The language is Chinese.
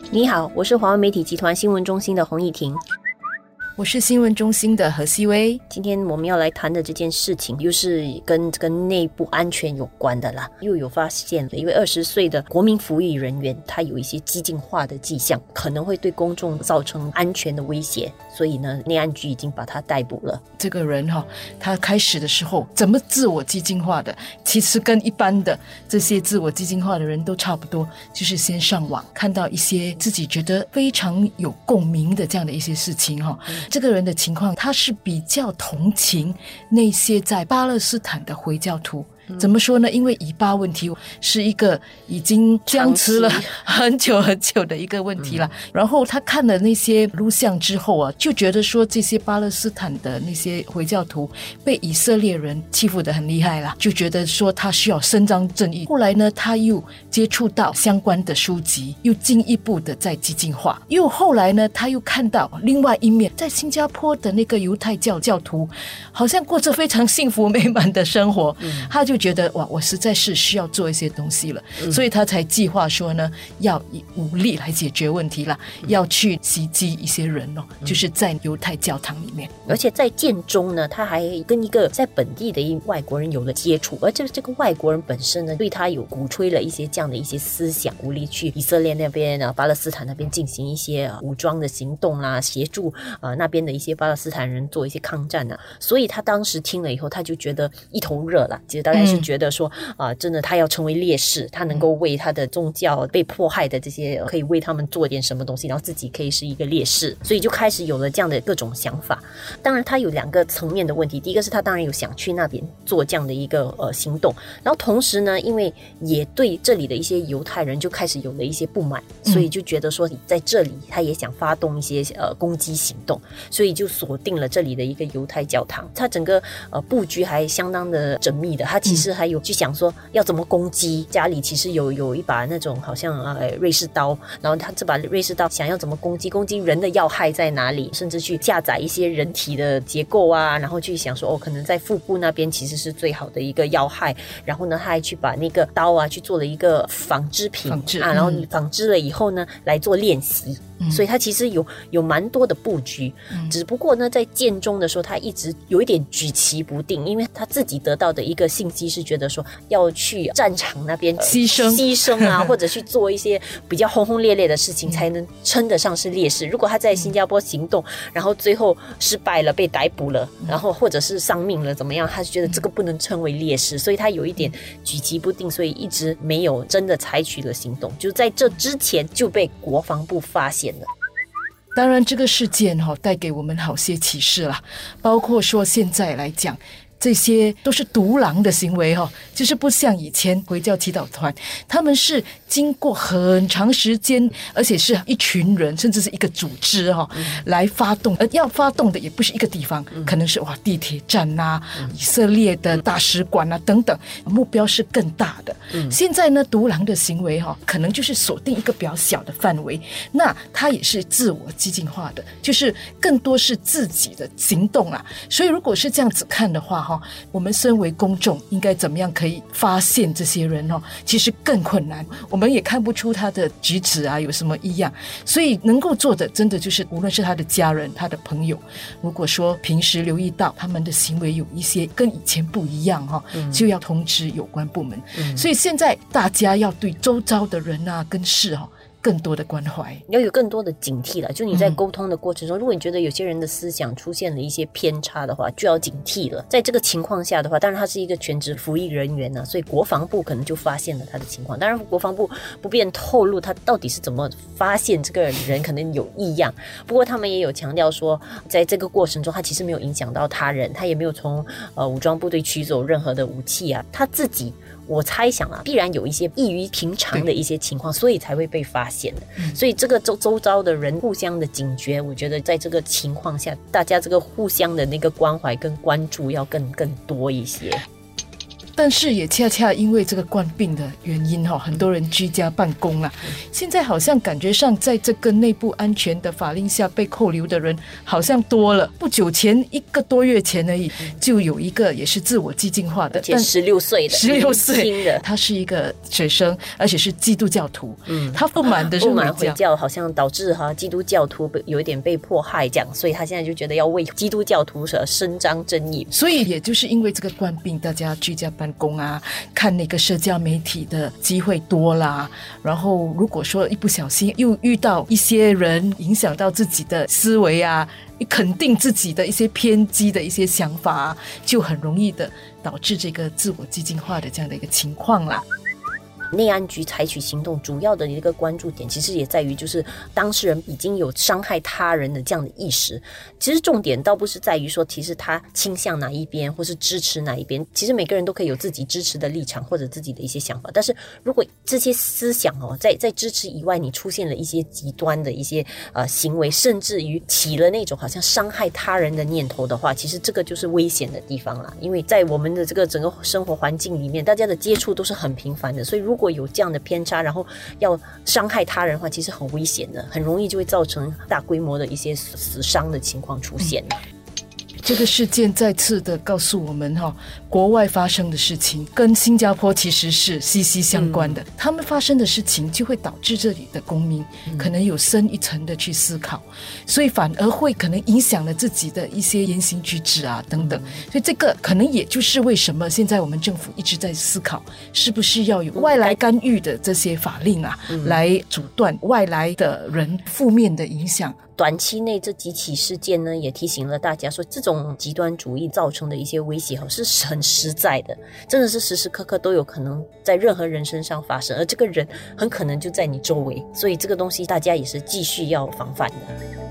你好，我是华文媒体集团新闻中心的洪艺婷。 我是新闻中心的何希薇。 今天我们要来谈的这件事情，又是跟这个内部安全有关的啦。又有发现了一位20岁的国民服役人员，他有一些激进化的迹象，可能会对公众造成安全的威胁，所以呢，内安局已经把他逮捕了。 这个人他开始的时候怎么自我激进化的，其实跟一般的这些自我激进化的人都差不多，就是先上网看到一些自己觉得非常有共鸣的这样的一些事情这个人的情况，他是比较同情那些在巴勒斯坦的回教徒。怎么说呢？因为以巴问题是一个已经僵持了很久很久的一个问题了。然后他看了那些录像之后就觉得说这些巴勒斯坦的那些回教徒被以色列人欺负得很厉害了，就觉得说他需要伸张正义。后来呢，他又接触到相关的书籍，又进一步的在激进化。又后来呢，他又看到另外一面，在新加坡的那个犹太教徒好像过着非常幸福美满的生活，他就觉得哇，我实在是需要做一些东西了，所以他才计划说呢，要以武力来解决问题了，要去袭击一些人就是在犹太教堂里面。 而且在建中呢，他还跟一个在本地的一外国人有了接触，而这个外国人本身呢，对他有鼓吹了一些这样的一些思想，鼓励去以色列那边巴勒斯坦那边进行一些武装的行动啦，协助那边的一些巴勒斯坦人做一些抗战所以他当时听了以后，他就觉得一头热了。其实大概是觉得说真的他要成为烈士，他能够为他的宗教被迫害的这些可以为他们做点什么东西，然后自己可以是一个烈士，所以就开始有了这样的各种想法。当然他有2个层面的问题，第一个是他当然有想去那边做这样的一个行动，然后同时呢，因为也对这里的一些犹太人就开始有了一些不满，所以就觉得说在这里他也想发动一些攻击行动，所以就锁定了这里的一个犹太教堂。他整个布局还相当的缜密的，他其实还有去想说要怎么攻击，家里其实有一把那种好像瑞士刀，然后他这把瑞士刀想要怎么攻击人的要害在哪里，甚至去下载一些人体的结构然后去想说可能在腹部那边其实是最好的一个要害，然后呢他还去把那个刀去做了一个纺织品然后纺织了以后呢来做练习。所以他其实有蛮多的布局，只不过呢在建中的时候他一直有一点举棋不定，因为他自己得到的一个信息是觉得说要去战场那边牺牲或者去做一些比较轰轰烈烈的事情才能称得上是烈士。如果他在新加坡行动然后最后失败了，被逮捕了，然后或者是丧命了怎么样，他就觉得这个不能称为烈士，所以他有一点举棋不定，所以一直没有真的采取了行动，就在这之前就被国防部发现了。 当然这个事件带给我们好些启示啦，包括说现在来讲这些都是独狼的行为就是不像以前回教祈祷团，他们是经过很长时间，而且是一群人甚至是一个组织来发动，而要发动的也不是一个地方，可能是地铁站以色列的大使馆等等，目标是更大的。现在呢独狼的行为可能就是锁定一个比较小的范围，那它也是自我激进化的，就是更多是自己的行动所以如果是这样子看的话我们身为公众应该怎么样可以发现这些人其实更困难，我们也看不出他的举止有什么异样，所以能够做的真的就是无论是他的家人他的朋友，如果说平时留意到他们的行为有一些跟以前不一样就要通知有关部门。所以现在大家要对周遭的人跟事更多的关怀， 要有更多的警惕了。就你在沟通的过程中，如果你觉得有些人的思想出现了一些偏差的话，就要警惕了。在这个情况下的话，当然他是一个全职服役人员所以国防部可能就发现了他的情况。当然国防部不便透露他到底是怎么发现这个人可能有异样，不过他们也有强调说在这个过程中他其实没有影响到他人，他也没有从武装部队取走任何的武器他自己我猜想必然有一些异于平常的一些情况，所以才会被发现的。所以这个周遭的人互相的警觉，我觉得在这个情况下，大家这个互相的那个关怀跟关注要更多一些。 但是也恰恰因为这个冠病的原因很多人居家办公啊，现在好像感觉上在这个内部安全的法令下被扣留的人好像多了。不久前1个多月前而已，就有一个也是自我激进化的， 但16岁的 16岁的， 他是一个学生，而且是基督教徒。他不满的是回教，好像导致基督教徒有一点被迫害这样，所以他现在就觉得要为基督教徒伸张正义。 所以也就是因为这个冠病，大家居家办公啊，看那个社交媒体的机会多啦，然后如果说一不小心又遇到一些人影响到自己的思维啊，肯定自己的一些偏激的一些想法啊，就很容易的导致这个自我激进化的这样的一个情况啦。 内安局采取行动主要的一个关注点其实也在于就是当事人已经有伤害他人的这样的意识。其实重点倒不是在于说其实他倾向哪一边或是支持哪一边，其实每个人都可以有自己支持的立场或者自己的一些想法，但是如果这些思想在支持以外你出现了一些极端的一些行为，甚至于起了那种好像伤害他人的念头的话，其实这个就是危险的地方啦。因为在我们的这个整个生活环境里面，大家的接触都是很频繁的，所以如果有这样的偏差，然后要伤害他人的话，其实很危险的，很容易就会造成大规模的一些死伤的情况出现。 这个事件再次的告诉我们国外发生的事情跟新加坡其实是息息相关的，他们发生的事情就会导致这里的公民可能有深一层的去思考，所以反而会可能影响了自己的一些言行举止啊等等。所以这个可能也就是为什么现在我们政府一直在思考是不是要有外来干预的这些法令啊，来阻断外来的人负面的影响。 短期内这几起事件呢，也提醒了大家说，这种极端主义造成的一些威胁是很实在的，真的是时时刻刻都有可能在任何人身上发生，而这个人很可能就在你周围，所以这个东西大家也是继续要防范的。